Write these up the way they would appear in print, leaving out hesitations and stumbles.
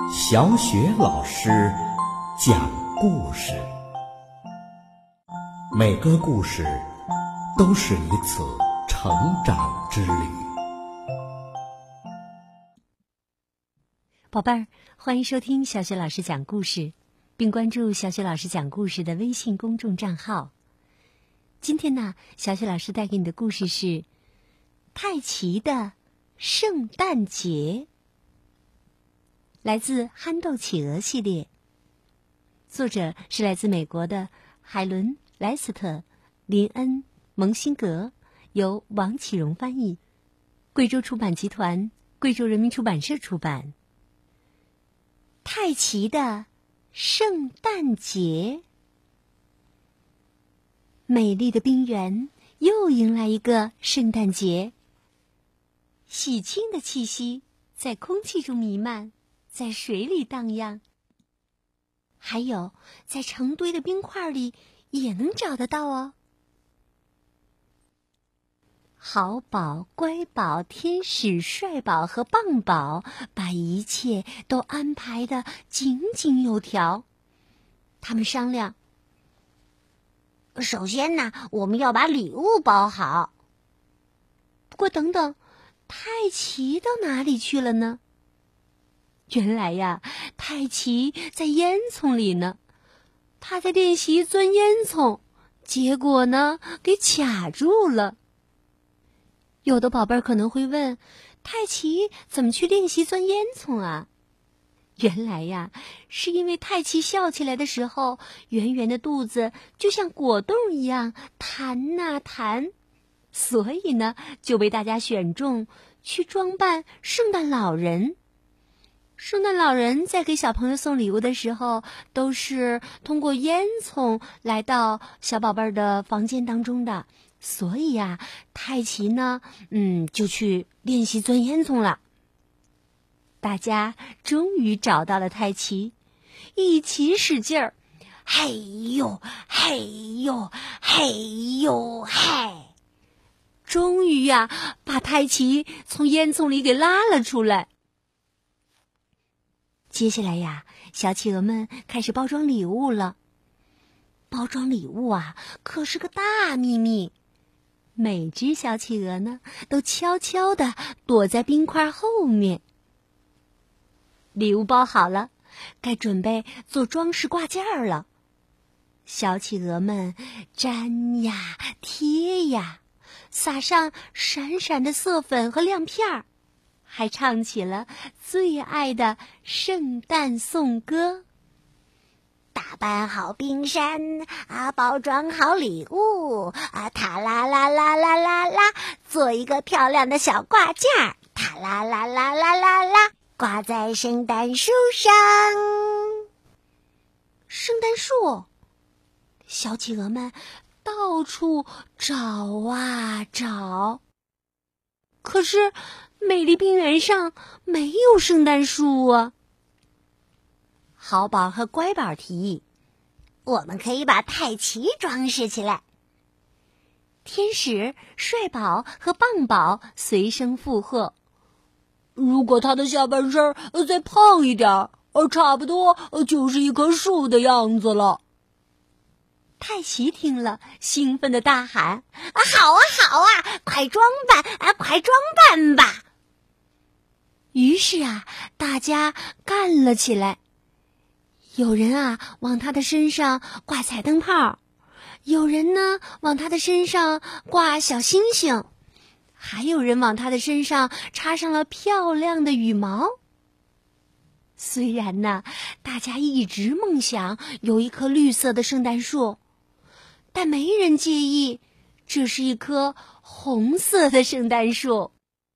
小雪老师讲故事，每个故事都是一次成长之旅。 宝贝儿，欢迎收听小雪老师讲故事，并关注小雪老师讲故事的微信公众账号。今天呢，小雪老师带给你的故事是泰奇的圣诞节，来自憨豆企鹅系列，作者是来自美国的海伦·莱斯特、林恩·蒙辛格，由王启荣翻译，贵州出版集团、贵州人民出版社出版。泰奇的圣诞节，美丽的冰原又迎来一个圣诞节，喜庆的气息在空气中弥漫，在水里荡漾，还有在成堆的冰块里也能找得到哦。好宝、乖宝、天使、帅宝和棒宝把一切都安排得井井有条。他们商量， 首先呢，我们要把礼物包好。 不过等等，泰奇到哪里去了呢？原来呀，泰奇在烟囱里呢。他在练习钻烟囱，结果呢，给卡住了。有的宝贝儿可能会问，泰奇怎么去练习钻烟囱啊？原来呀，是因为泰奇笑起来的时候，圆圆的肚子就像果冻一样弹呐弹，所以呢，就被大家选中去装扮圣诞老人。圣诞老人在给小朋友送礼物的时候，都是通过烟囱来到小宝贝儿的房间当中的。所以呀，泰奇呢，就去练习钻烟囱了。大家终于找到了泰奇，一起使劲儿，嘿呦嘿呦嘿呦嘿！终于呀，把泰奇从烟囱里给拉了出来。接下来呀，小企鹅们开始包装礼物了。包装礼物啊，可是个大秘密。每只小企鹅呢，都悄悄地躲在冰块后面。礼物包好了，该准备做装饰挂件了。小企鹅们粘呀贴呀，撒上闪闪的色粉和亮片儿，还唱起了最爱的圣诞颂歌。 打扮好冰山啊，包装好礼物啊，塔啦啦啦啦啦啦，做一个漂亮的小挂件儿，塔啦啦啦啦啦啦，挂在圣诞树上。 圣诞树，小企鹅们到处找啊找，可是美丽冰原上没有圣诞树啊。好宝和乖宝提议， 我们可以把泰奇装饰起来。 天使、帅宝和棒宝随声附和， 如果他的下半身再胖一点，差不多就是一棵树的样子了。 泰奇听了，兴奋地大喊： 好啊好啊，快装扮啊，快装扮吧！ 于是啊，大家干了起来。有人啊往他的身上挂彩灯泡，有人呢往他的身上挂小星星，还有人往他的身上插上了漂亮的羽毛。虽然呢，大家一直梦想有一棵绿色的圣诞树，但没人介意，这是一棵红色的圣诞树。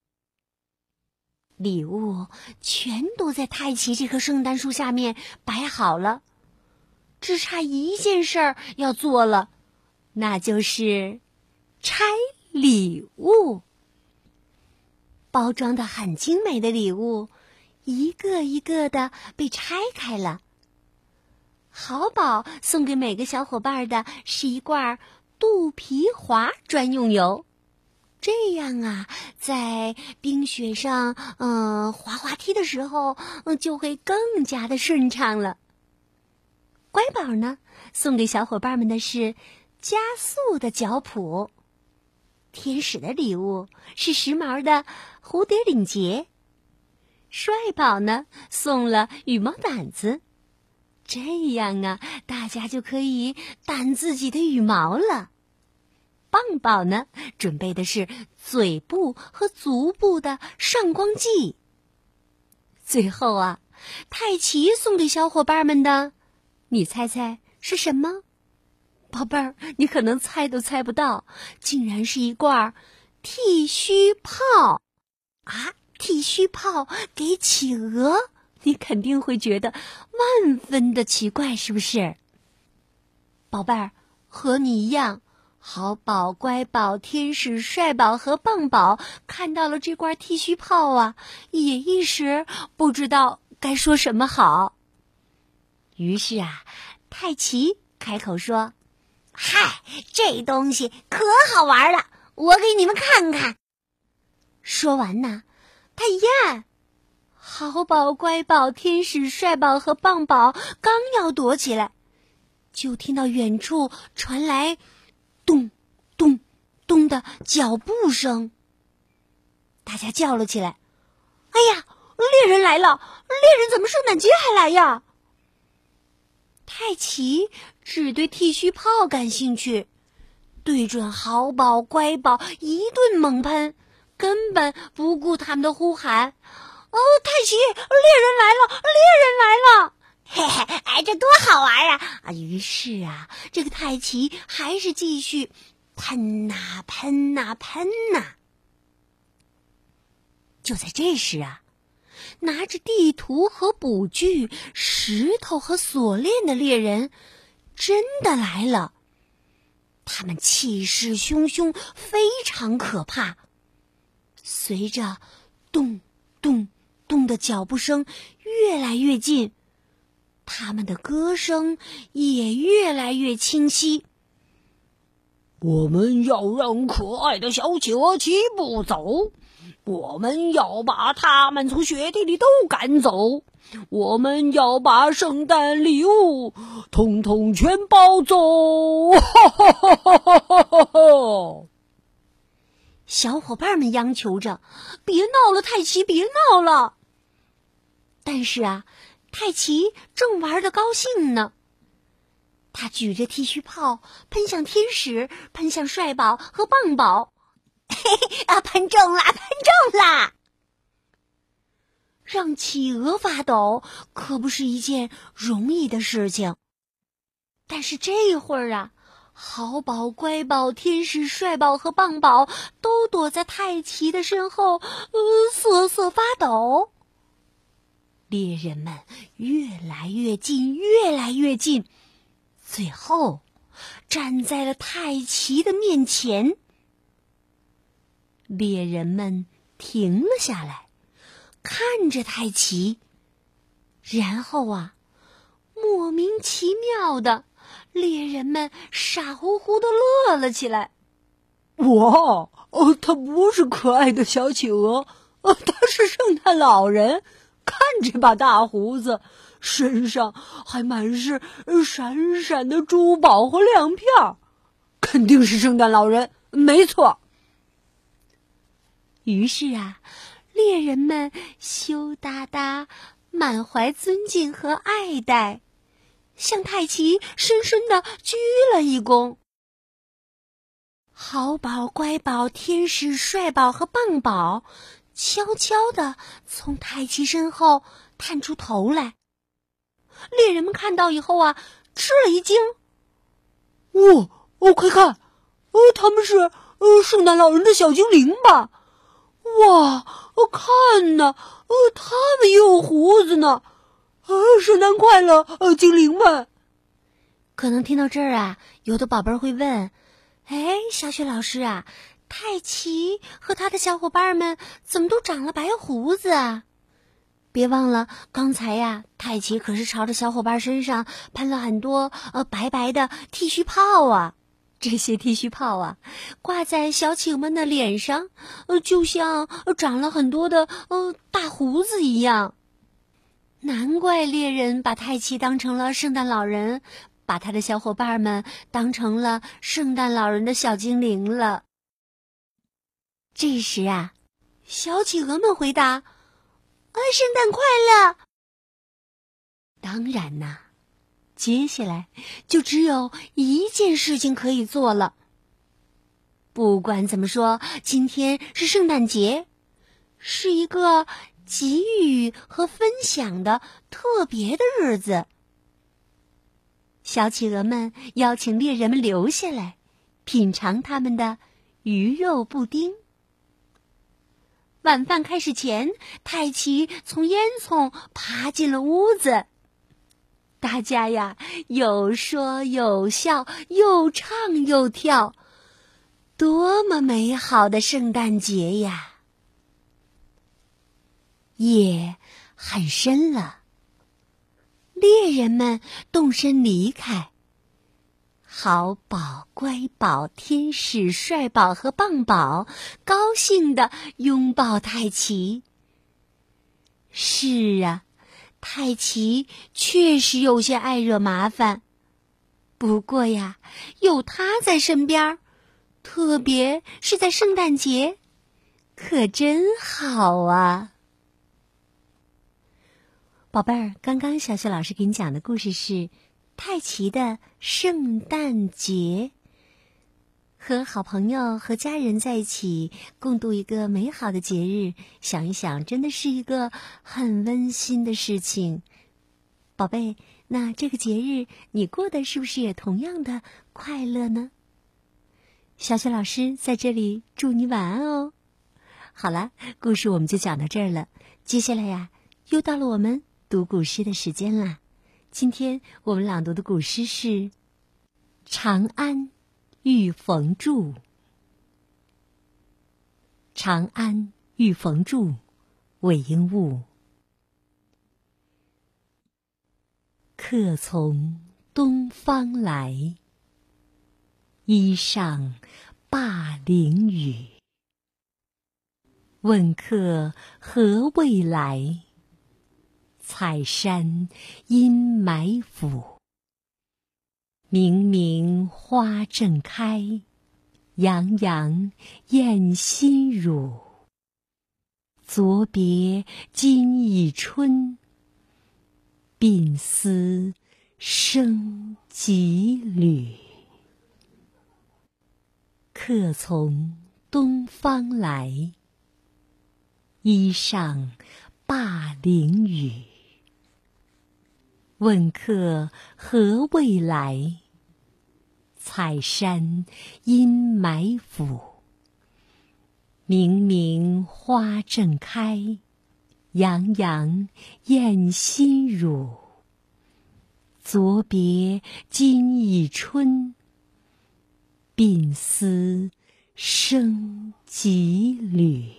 礼物全都在泰奇这棵圣诞树下面摆好了，只差一件事儿要做了，那就是拆礼物。包装的很精美的礼物，一个一个的被拆开了。好宝送给每个小伙伴的是一罐肚皮滑专用油， 这样啊，在冰雪上滑滑梯的时候，就会更加的顺畅了。乖宝呢，送给小伙伴们的是加速的脚蹼。天使的礼物是时髦的蝴蝶领结。帅宝呢，送了羽毛掸子。这样啊，大家就可以掸自己的羽毛了。棒宝呢，准备的是嘴部和足部的上光剂。最后啊，泰奇送给小伙伴们的，你猜猜是什么？宝贝儿，你可能猜都猜不到，竟然是一罐剃须泡啊！剃须泡给企鹅，你肯定会觉得万分的奇怪，是不是？宝贝儿，和你一样，好宝、乖宝、天使、帅宝和棒宝看到了这罐剃须泡啊，也一时不知道该说什么好。于是啊，泰奇开口说：“ 嗨，这东西可好玩了，我给你们看看。” 说完呢，他呀，好宝、乖宝、天使、帅宝和棒宝刚要躲起来，就听到远处传来咚咚咚的脚步声。大家叫了起来：“哎呀，猎人来了！猎人怎么圣诞节还来呀？”泰奇只对剃须泡感兴趣，对准好宝、乖宝一顿猛喷，根本不顾他们的呼喊。哦，泰奇，猎人来了！猎人来了！ 嘿嘿，哎，这多好玩啊！ 于是啊，这个泰奇还是继续喷呐喷呐喷呐。就在这时啊，拿着地图和捕具、石头和锁链的猎人真的来了。他们气势汹汹，非常可怕。随着咚咚咚的脚步声越来越近，他们的歌声也越来越清晰。 我们要让可爱的小企鹅齐步走，我们要把它们从雪地里都赶走，我们要把圣诞礼物统统全包走！ 小伙伴们央求着：“别闹了，泰奇，别闹了！”但是啊，泰奇正玩得高兴呢。他举着剃须泡，喷向天使，喷向帅宝和棒宝。 嘿嘿啊，喷中了，喷中了！ 让企鹅发抖可不是一件容易的事情。但是这会儿啊，好宝、乖宝、天使、帅宝和棒宝都躲在泰奇的身后，瑟瑟发抖。猎人们越来越近，越来越近，最后站在了泰奇的面前。猎人们停了下来，看着泰奇，然后啊，莫名其妙的，猎人们傻乎乎的乐了起来。 哇，他不是可爱的小企鹅，他是圣诞老人。看这把大胡子，身上还满是闪闪的珠宝和亮片，肯定是圣诞老人，没错。 于是啊，猎人们羞答答，满怀尊敬和爱戴，向泰奇深深地鞠了一躬。好宝、乖宝、天使、帅宝和棒宝悄悄地从泰奇身后探出头来。猎人们看到以后啊，吃了一惊。 快看，他们是圣诞老人的小精灵吧？哇，看呐，他们也有胡子呢！圣诞快乐，精灵们！ 可能听到这儿啊，有的宝贝儿会问：哎，小雪老师啊，泰奇和他的小伙伴们怎么都长了白胡子啊？别忘了，刚才呀，泰奇可是朝着小伙伴身上喷了很多白白的剃须泡啊。 这些剃须泡啊，挂在小企鹅们的脸上，就像长了很多的大胡子一样。难怪猎人把泰奇当成了圣诞老人，把他的小伙伴们当成了圣诞老人的小精灵了。这时啊，小企鹅们回答：“ 圣诞快乐！” 当然呐，接下来就只有一件事情可以做了。不管怎么说，今天是圣诞节，是一个给予和分享的特别的日子。小企鹅们邀请猎人们留下来，品尝他们的鱼肉布丁。晚饭开始前，泰奇从烟囱爬进了屋子。大家呀，有说有笑，又唱又跳，多么美好的圣诞节呀！夜很深了，猎人们动身离开。好宝、乖宝、天使、帅宝和棒宝高兴地拥抱泰奇。是啊，泰奇确实有些爱惹麻烦，不过呀，有他在身边，特别是在圣诞节，可真好啊！宝贝儿，刚刚小雪老师给你讲的故事是泰奇的圣诞节，和好朋友和家人在一起共度一个美好的节日，想一想真的是一个很温馨的事情。宝贝，那这个节日你过得是不是也同样的快乐呢？小雪老师在这里祝你晚安哦。好了，故事我们就讲到这儿了，接下来呀，又到了我们读古诗的时间啦。今天我们朗读的古诗是《长安遇逢祝》。长安遇逢祝，韦应物。客从东方来，衣上灞陵雨。问客何未来？采山阴霾府。明明花正开，洋洋艳心乳。昨别今已春，鬓丝生几缕。客从东方来，衣上灞陵雨。问客何未来？采山阴霾府。明明花正开，洋洋艳心乳。昨别今已春，鬓丝生几缕。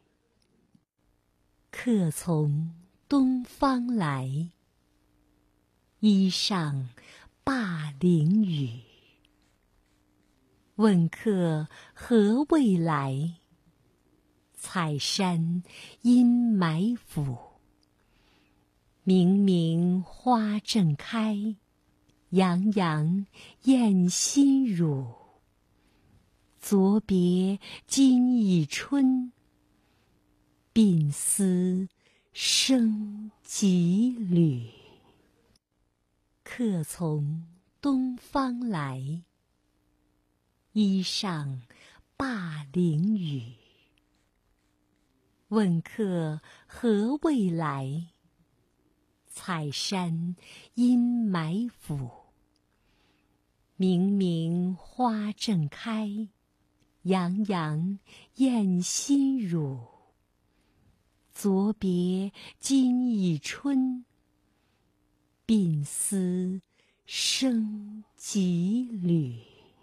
客从东方来，衣上灞陵雨。问客何未来？采山阴霾府。明明花正开，洋洋艳心乳。昨别今已春，鬓丝生几缕。客从东方来，衣上灞陵雨。问客何未来？采山阴霾府。明明花正开，洋洋艳心乳。昨别今已春，鬓丝生几缕。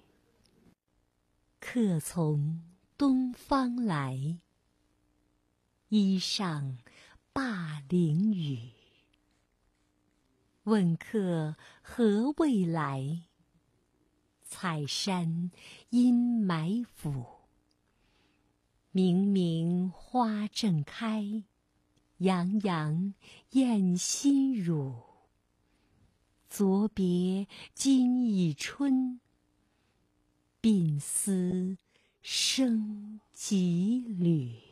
客从东方来，衣上灞陵雨。问客何未来？ 采山阴埋伏。明明花正开，洋洋燕心乳。昨别今已春，鬓丝生几缕。